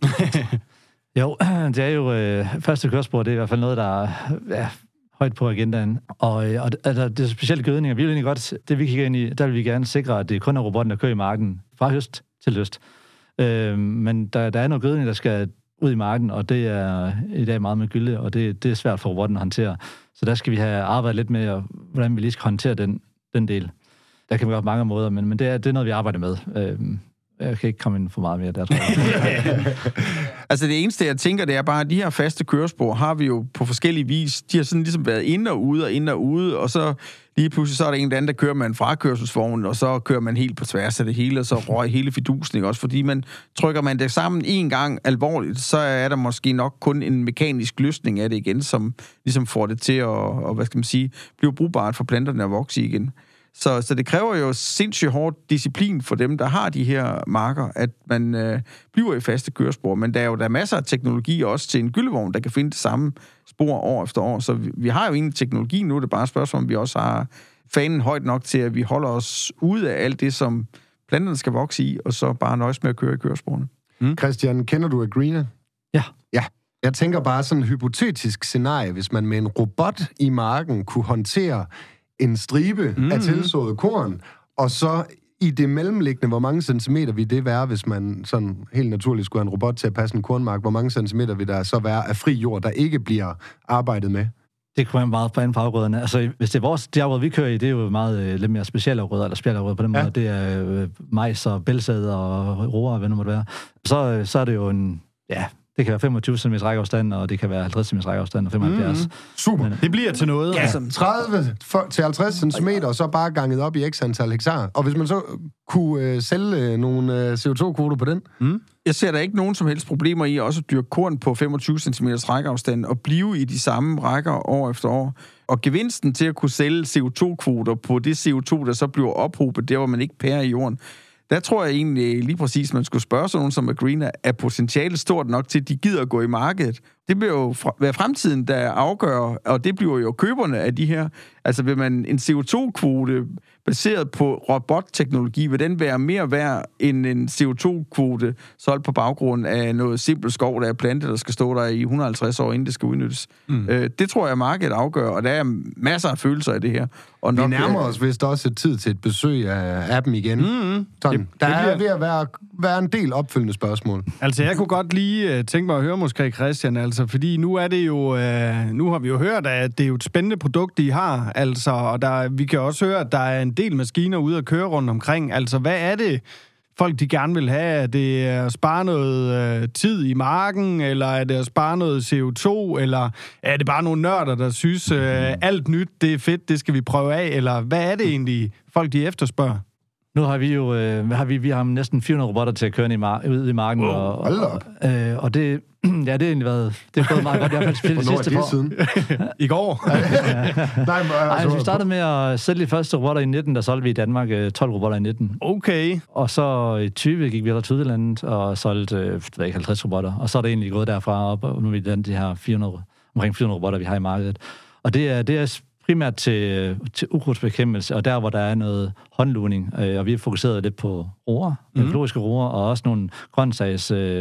Jo, det er jo øh, første kørespor, det er i hvert fald noget, der er ja, højt på agendaen. Og, og altså, det er specielt gødninger. Vi vil egentlig godt, det vi kigger ind i, der vil vi gerne sikre, at det kun er robotten, der kører i marken fra høst til lyst. Øh, men der, der er noget gødning, der skal ud i marken, og det er i dag meget med gylde, og det, det er svært for robotten at håndtere. Så der skal vi have arbejdet lidt med, hvordan vi lige skal håndtere den, den del. Der kan vi gøre på mange måder, men, men det, er, det er noget, vi arbejder med. Øh, Jeg kan ikke komme ind for meget mere der, tror jeg. Altså det eneste, jeg tænker, det er bare, at de her faste kørespor har vi jo på forskellige vis. De har sådan ligesom været inde og ude og inde og ude, og så lige pludselig så er der en eller anden, der kører med en frakørselsvogn, og så kører man helt på tværs af det hele, og så røg hele fidusen, også fordi man trykker man det sammen en gang alvorligt, så er der måske nok kun en mekanisk løsning af det igen, som ligesom får det til at, og, hvad skal man sige, blive brugbart for planterne at vokse igen. Så, så det kræver jo sindssygt hårdt disciplin for dem, der har de her marker, at man øh, bliver i faste kørespor. Men der er jo der er masser af teknologi også til en gyldevogn, der kan finde det samme spor år efter år. Så vi, vi har jo egentlig teknologi nu, det er bare et spørgsmål, om vi også har fanen højt nok til, at vi holder os ude af alt det, som planterne skal vokse i, og så bare nøjes med at køre i køresporene. Mm. Christian, kender du Agreena? Ja. Ja. Jeg tænker bare sådan en hypotetisk scenarie, hvis man med en robot i marken kunne håndtere en stribe mm. af tilsået korn, og så i det mellemliggende, hvor mange centimeter vil det være, hvis man sådan helt naturligt skulle have en robot til at passe en kornmark, hvor mange centimeter vil der så være af fri jord, der ikke bliver arbejdet med? Det kunne være meget på anden for afgrøderne. Altså, hvis det er vores, de afgrøder, vi kører i, det er jo meget øh, lidt mere specielle afgrøder, eller specielle afgrøder på den ja. måde. Det er øh, majs og bælsæd og roer, hvad nu måtte være. Så, øh, så er det jo en, ja, det kan være femogtyve centimeter rækkeafstand, og det kan være halvtreds centimeter rækkeafstand og femoghalvfjerds. Mm. Super. Men, det bliver til noget. Ja, altså tredive til halvtreds centimeter, og så bare ganget op i x antal hektar. Og hvis man så kunne øh, sælge øh, nogle øh, C O to kvoter på den? Mm. Jeg ser der ikke nogen som helst problemer i også at dyrke korn på femogtyve centimeter rækkeafstand og blive i de samme rækker år efter år. Og gevinsten til at kunne sælge C O to kvoter på det C O to, der så bliver ophobet, der hvor man ikke pærer i jorden, der tror jeg egentlig lige præcis, man skulle spørge sådan nogen som Agreena, er potentialet stort nok til, at de gider at gå i markedet. Det bliver jo fra, være fremtiden, der afgør, og det bliver jo køberne af de her. Altså vil man en C O to kvote baseret på robotteknologi, vil den være mere værd end en C O to kvote solgt på baggrund af noget simpelt skov, der er plantet, der skal stå der i et hundrede og halvtreds år, inden det skal udnyttes. Mm. Øh, det tror jeg, markedet afgør, og der er masser af følelser i det her. Og vi nok, nærmer os vist også et tid til et besøg af appen igen. Mm-hmm. Sådan, det, der det bliver... er ved at være, være en del opfølgende spørgsmål. Altså, jeg kunne godt lige uh, tænke mig at høre måske, Christian, altså, fordi nu er det jo, uh, nu har vi jo hørt, at det er jo et spændende produkt, de har, altså, og der, vi kan også høre, at der er en del maskiner ude at køre rundt omkring. Altså, hvad er det, folk de gerne vil have? Er det at spare noget uh, tid i marken, eller er det at spare noget C O to, eller er det bare nogle nørder, der synes, uh, alt nyt, det er fedt, det skal vi prøve af, eller hvad er det egentlig, folk de efterspørger? Nu har vi jo øh, har vi, vi har næsten fire hundrede robotter til at køre i mar- ud i marken. Oh, og, og, øh, og det, ja, det har egentlig været, det er gået meget godt. Jeg har faktisk det sidste for. Siden? I går? Nej, men, altså, Ej, vi startede med at sælge de første robotter i nitten, der solgte vi i Danmark tolv robotter i nitten. Okay. Og så i tyve gik vi til udlandet og solgte øh, ikke, halvtreds robotter. Og så er det egentlig gået derfra op, og nu er vi den, de her fire hundrede, omkring fire hundrede robotter, vi har i markedet. Og det er, det er primært til, til ukrudtsbekæmpelse, og der, hvor der er noget håndlugning, øh, og vi har fokuseret lidt på roer, mm. biologiske roer, og også nogle grøntsags øh,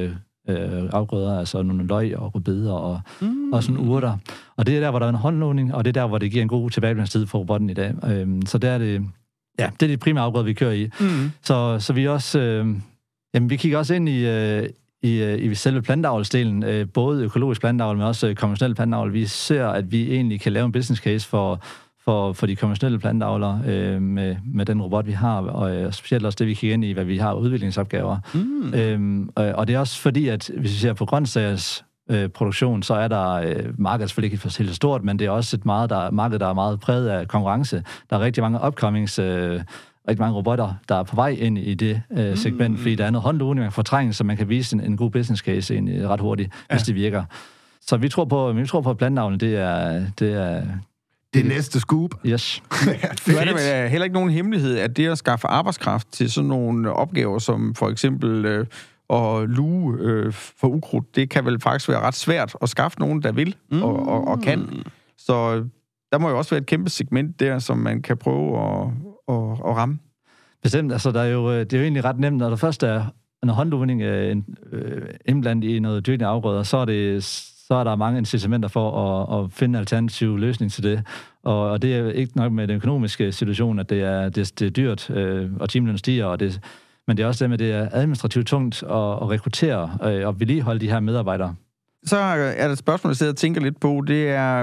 øh, afgrøder, altså nogle løg og rødbeder og, mm. og sådan urter. Og det er der, hvor der er en håndlovning, og det er der, hvor det giver en god tilbageblivningstid for robotten i dag. Øh, så der er det, ja, det er de primære afgrøder, vi kører i. Mm. Så, så vi også, øh, jamen, vi kigger også ind i... Øh, I, i selve plantavlsdelen, både økologisk plantavl, men også konventionel plantavl. Vi ser, at vi egentlig kan lave en business case for, for, for de konventionelle plantavlere øh, med, med den robot, vi har, og specielt også det, vi kigger ind i, hvad vi har udviklingsopgaver. Mm. Øhm, og det er også fordi, at hvis vi ser på grøntsagers øh, produktion, så er der øh, markedet selvfølgelig ikke helt stort, men det er også et meget, der, marked, der er meget præget af konkurrence. Der er rigtig mange upcomings øh, rigtig mange robotter, der er på vej ind i det øh, segment, mm. fordi der er noget håndlovning, man fortrænger, så man kan vise en, en god business case egentlig ret hurtigt, ja. Hvis det virker. Så vi tror på, vi tror på at plantavlen, det er... Det er det er næste scoop. Yes. Nu er det vel heller ikke nogen hemmelighed, at det at skaffe arbejdskraft til sådan nogle opgaver, som for eksempel øh, at luge øh, for ukrudt, det kan vel faktisk være ret svært at skaffe nogen, der vil mm. og, og, og kan. Så der må jo også være et kæmpe segment der, som man kan prøve at, at, at ramme. Bestemt. Altså, der er jo, det er jo egentlig ret nemt. Når der først er en håndlovning øh, indblandet i noget dyrkende afgrøder, så er, det, så er der mange incitamenter for at, at finde en alternativ løsning til det. Og, og det er ikke nok med den økonomiske situation, at det er, det, det er dyrt, øh, og timelønnen stiger, og det, men det er også det med, at det er administrativt tungt at, at rekruttere øh, og vedligeholde de her medarbejdere. Så er der et spørgsmål, jeg sidder og tænker lidt på. Det er...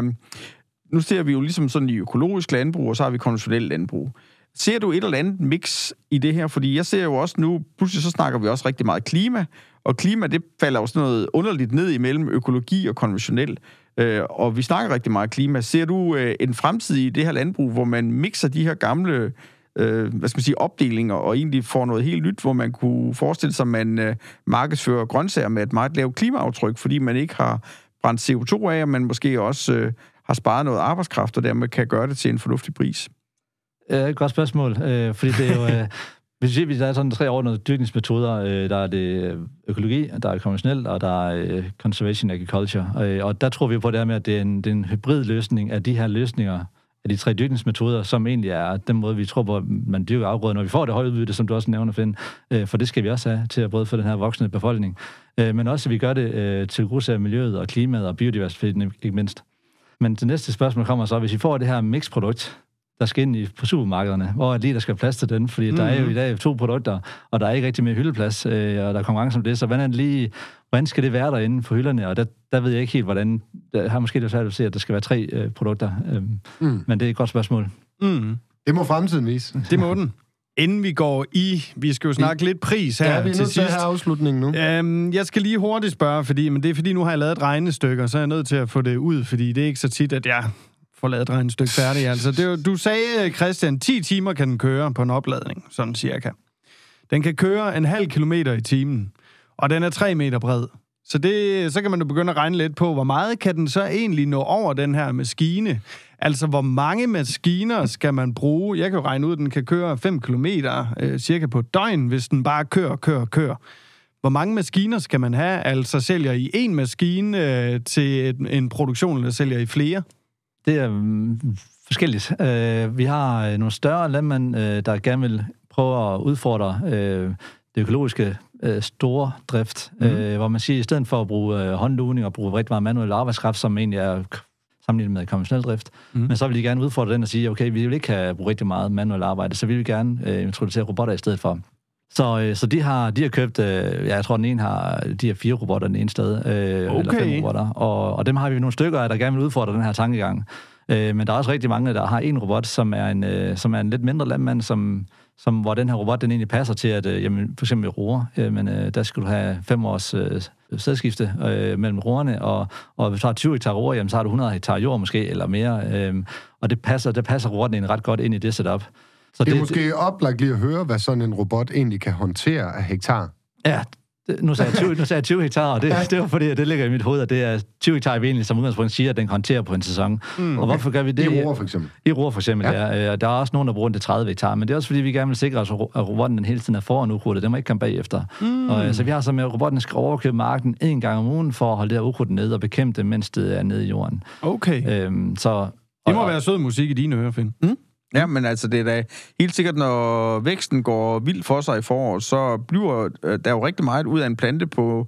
Nu ser vi jo ligesom sådan i økologisk landbrug, og så har vi konventionelt landbrug. Ser du et eller andet mix i det her? Fordi jeg ser jo også nu, pludselig så snakker vi også rigtig meget klima, og klima, det falder jo sådan noget underligt ned imellem økologi og konventionel. Øh, og vi snakker rigtig meget klima. Ser du øh, en fremtid i det her landbrug, hvor man mixer de her gamle øh, hvad skal man sige, opdelinger, og egentlig får noget helt nyt, hvor man kunne forestille sig, at man øh, markedsfører grøntsager med et meget lavt klimaaftryk, fordi man ikke har brændt C O to af, og man måske også øh, har sparet noget arbejdskraft, og dermed kan gøre det til en fornuftig pris? Ja, et godt spørgsmål, øh, fordi det er jo... Øh, hvis der er sådan tre ordnede dyrkningsmetoder, øh, der er det økologi, der er konventionelt, og der er øh, conservation agriculture. Øh, og der tror vi på det her med, at det er en, det er en hybrid løsning af de her løsninger, af de tre dyrkningsmetoder, som egentlig er den måde, vi tror på, at man dyrker afgrøder, når vi får det høje udbytte, som du også nævner, Finn. Øh, for det skal vi også have til at både få den her voksne befolkning. Øh, men også, at vi gør det øh, til gode af miljøet og klimaet og biodiversiteten, ikke mindst. Men det næste spørgsmål kommer så, hvis vi får det her mixprodukt, der skal ind i, på supermarkederne, hvor er lige, der skal plads til den, fordi mm-hmm. der er jo i dag to produkter, og der er ikke rigtig mere hyldeplads, øh, og der er konkurrence om det, så hvordan, lige, hvordan skal det være derinde på hylderne, og der, der ved jeg ikke helt, hvordan, der har måske det svært at se, at der skal være tre øh, produkter, øh, mm. men det er et godt spørgsmål. Mm. Det må fremtiden vise. Det må den. Inden vi går i, vi skal jo snakke vi, lidt pris her ja, vi er til sidst. Ja, vi er nødt til at have afslutningen nu. Øhm, jeg skal lige hurtigt spørge, fordi, men det er fordi, nu har jeg lavet et regnestykke, og så er jeg nødt til at få det ud, fordi det er ikke så tit, at jeg får lavet et regnestykke færdigt. Altså, det, du sagde, Christian, ti timer kan den køre på en opladning, sådan cirka. Den kan køre en halv kilometer i timen, og den er tre meter bred. Så, det, så kan man jo begynde at regne lidt på, hvor meget kan den så egentlig nå over den her maskine? Altså, hvor mange maskiner skal man bruge? Jeg kan jo regne ud, at den kan køre fem kilometer øh, cirka på et døgn, hvis den bare kører, kører, kører. Hvor mange maskiner skal man have? Altså, sælger I en maskine øh, til en, en produktion, eller sælger I flere? Det er um, forskelligt. Uh, vi har uh, nogle større landmænd, uh, der gerne vil prøve at udfordre uh, det økologiske uh, store drift, mm. uh, hvor man siger, at i stedet for at bruge uh, håndlugning og bruge rigtig meget manuel arbejdskraft, som egentlig er sammenlignet med konventionel drift, mm. men så vil de gerne udfordre den og sige, okay, vi vil ikke have brugt rigtig meget manuel arbejde, så vi vil gerne uh, introducere robotter i stedet for. Så, uh, så de har de har købt, uh, ja, jeg tror, den ene har de her fire robotter den ene sted, uh, okay. eller fem robotter, og, og dem har vi nogle stykker af, der gerne vil udfordre den her tankegang. Uh, men der er også rigtig mange, der har en robot, som er en, uh, som er en lidt mindre landmand, som, som, hvor den her robot, den egentlig passer til, at uh, jamen, for eksempel i roer, uh, men uh, der skal du have fem års uh, sædskifte uh, mellem roerne, og, og hvis du har tyve hektar roer, jamen, så har du hundrede hektar jord måske, eller mere, uh, og det passer, det passer robotten egentlig ret godt ind i det setup. Så det er det, måske det, oplagt lige at høre, hvad sådan en robot egentlig kan håndtere af hektar. Ja, det, nu sagde jeg tyve, nu sagde jeg tyve hektar, og det, det var fordi, det ligger i mit hoved, at det er tyve hektar, vi egentlig som udgangspunkt siger, at den kan håndtere på en sæson. Mm, okay. Og hvorfor gør vi det? I roer for eksempel. I roer for eksempel, ja. ja. Der er også nogen, der bruger den til tredive hektar, men det er også fordi, vi gerne vil sikre os, at robotten den hele tiden er foran ukrudtet. Den må ikke komme bagefter. Mm. Og, så vi har så med, at robotten skal overkøbe marken en gang om ugen, for at holde det her ukrudt nede og bekæmpe det, mens det er nede i jorden. Okay. Øhm, så, det må og, være sød musik i dine ører, Finn. Mm? Ja, men altså, det er da helt sikkert, når væksten går vildt for sig i foråret, så bliver der jo rigtig meget ud af en plante på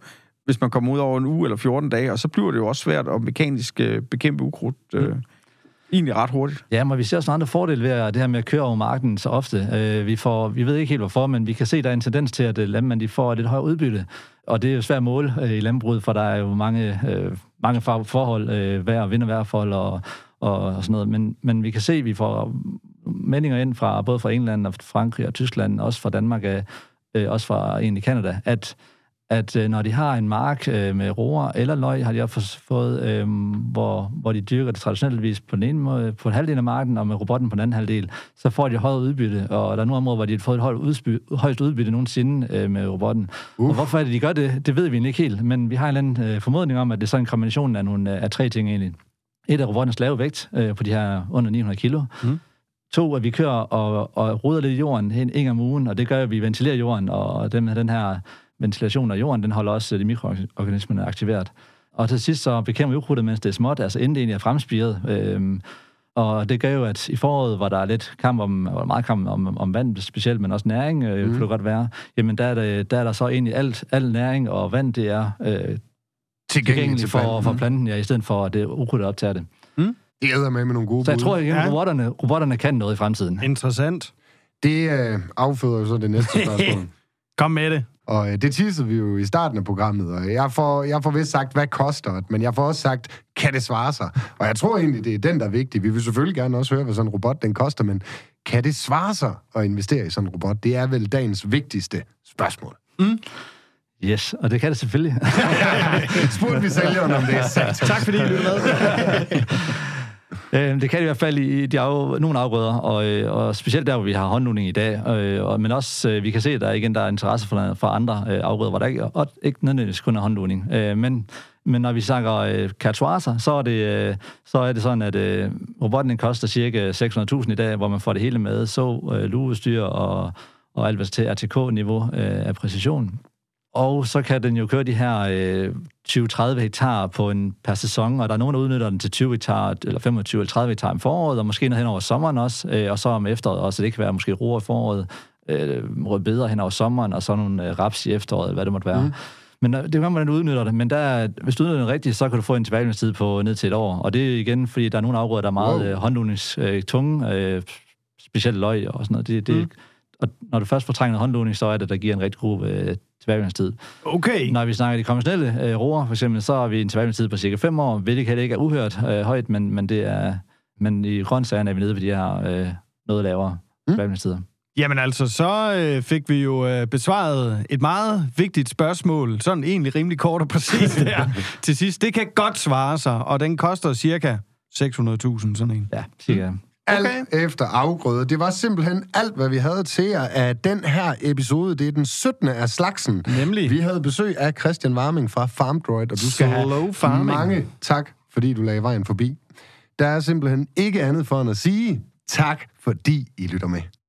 hvis man kommer ud over en uge eller fjorten dage, og så bliver det jo også svært at mekanisk øh, bekæmpe ukrudt øh, mm. egentlig ret hurtigt. Ja, men vi ser også nogle andre fordele ved det her med at køre over marken så ofte. Øh, vi, får, vi ved ikke helt hvorfor, men vi kan se, at der er en tendens til, at landmænd de får et lidt højere udbytte. Og det er jo svært mål øh, i landbruget, for der er jo mange, øh, mange forhold, øh, vejr, vind- og vejrforhold og, og, og sådan noget. Men, men vi kan se, at vi får meldinger ind fra både fra England og Frankrig og Tyskland, også fra Danmark, øh, også fra egentlig Canada, at at øh, når de har en mark øh, med roer eller løg, har de også fået, øh, hvor, hvor de dyrker det traditioneltvis på den ene måde, på en halvdel af marken, og med robotten på den anden halvdel, så får de højere udbytte, og der er nogle områder, hvor de har fået et højt udbytte, højst udbytte nogensinde øh, med robotten. Uh. Og hvorfor er det, de gør det, det ved vi ikke helt, men vi har en eller anden øh, formodning om, at det er sådan en kombination af, nogle, af tre ting egentlig. Et er robottens lave vægt øh, på de her under ni hundrede kilo. Mm. To, at vi kører og, og ruder lidt i jorden en gang om ugen, og det gør, at vi ventilerer jorden, og den, den her ventilation af jorden, den holder også de mikroorganismerne aktiveret. Og til sidst så bekæmper vi ukrudtet, mens det er småt, altså inden det egentlig er fremspiret. Øhm, og det gør jo, at i foråret, hvor der er lidt kamp om, eller meget kamp om, om vand specielt, men også næring, øh, mm. kunne det godt være, jamen der er, det, der er der så egentlig alt, al næring og vand, det er øh, tilgængeligt for, for planten, ja, i stedet for, at det ukrudtet optager det. Mm. Det æder med med nogle gode Så jeg bud. tror, at Ja. robotterne, robotterne kan noget i fremtiden. Interessant. Det øh, afføder jo så det næste spørgsmål. Kom med det. Og øh, det teasede vi jo i starten af programmet, og jeg får, jeg får vist sagt, hvad koster det, men jeg får også sagt, kan det svare sig? Og jeg tror egentlig, det er den, der er vigtig. Vi vil selvfølgelig gerne også høre, hvad sådan en robot den koster, men kan det svare sig at investere i sådan en robot? Det er vel dagens vigtigste spørgsmål. Mm. Yes, og det kan det selvfølgelig. Spurgte vi sælgeren om det er sandt. Tak fordi I lyttede med. Øh, det kan det i hvert fald i de af, nogle afgrøder, og, og specielt der, hvor vi har håndlugning i dag. Øh, og, men også, øh, vi kan se, at der igen der er interesse for, for andre øh, afgrøder, hvor der ikke, og ikke nødvendigvis kun er håndlugning. Øh, men, men når vi snakker øh, katuaser, så er det, øh, så er det sådan, at øh, robotten koster cirka seks hundrede tusind i dag, hvor man får det hele med, så øh, luestyr og, og alt hvad til R T K-niveau øh, af præcision. Og så kan den jo køre de her øh, tyve til tredive hektar på en per sæson, og der er nogen, der udnytter den til tyve hektar, eller femogtyve eller tredive hektar om foråret, og måske noget hen over sommeren også, øh, og så om efteråret også. Det kan være måske roer i foråret, øh, rødbeder hen over sommeren, og så nogle øh, raps i efteråret, eller hvad det måtte være. Mm. Men øh, det er jo, hvordan du udnytter det. Men der, hvis du udnytter den rigtigt, så kan du få en tilbagelæggelsestid på ned til et år. Og det er igen, fordi der er nogle afgrøder, der er meget wow. øh, håndlugningstunge, øh, specielt løg og sådan noget. Det, det, mm. Og når du først får trænget håndlugning, så er det, der giver en rigtig god øh, tilbagelæggelsestid. Okay. Når vi snakker de konventionelle øh, roer, for eksempel, så har vi en tilbagelæggelsestid på cirka fem år, hvilket ikke er uhørt øh, højt, men, men, det er, men i grøntsagerne er vi nede ved de her øh, noget lavere mm. tilbagelæggelsestider. Jamen altså, så øh, fik vi jo øh, besvaret et meget vigtigt spørgsmål, sådan egentlig rimelig kort og præcis der til sidst. Det kan godt svare sig, og den koster cirka seks hundrede tusind, sådan en. Ja, cirka. Mm. Alt okay. efter afgrøde. Det var simpelthen alt, hvad vi havde til jer af den her episode. Det er den syttende af slagsen. Nemlig. Vi havde besøg af Christian Warming fra FarmDroid, og du skal Slow have farming. mange tak, fordi du lagde vejen forbi. Der er simpelthen ikke andet for end at sige tak, fordi I lytter med.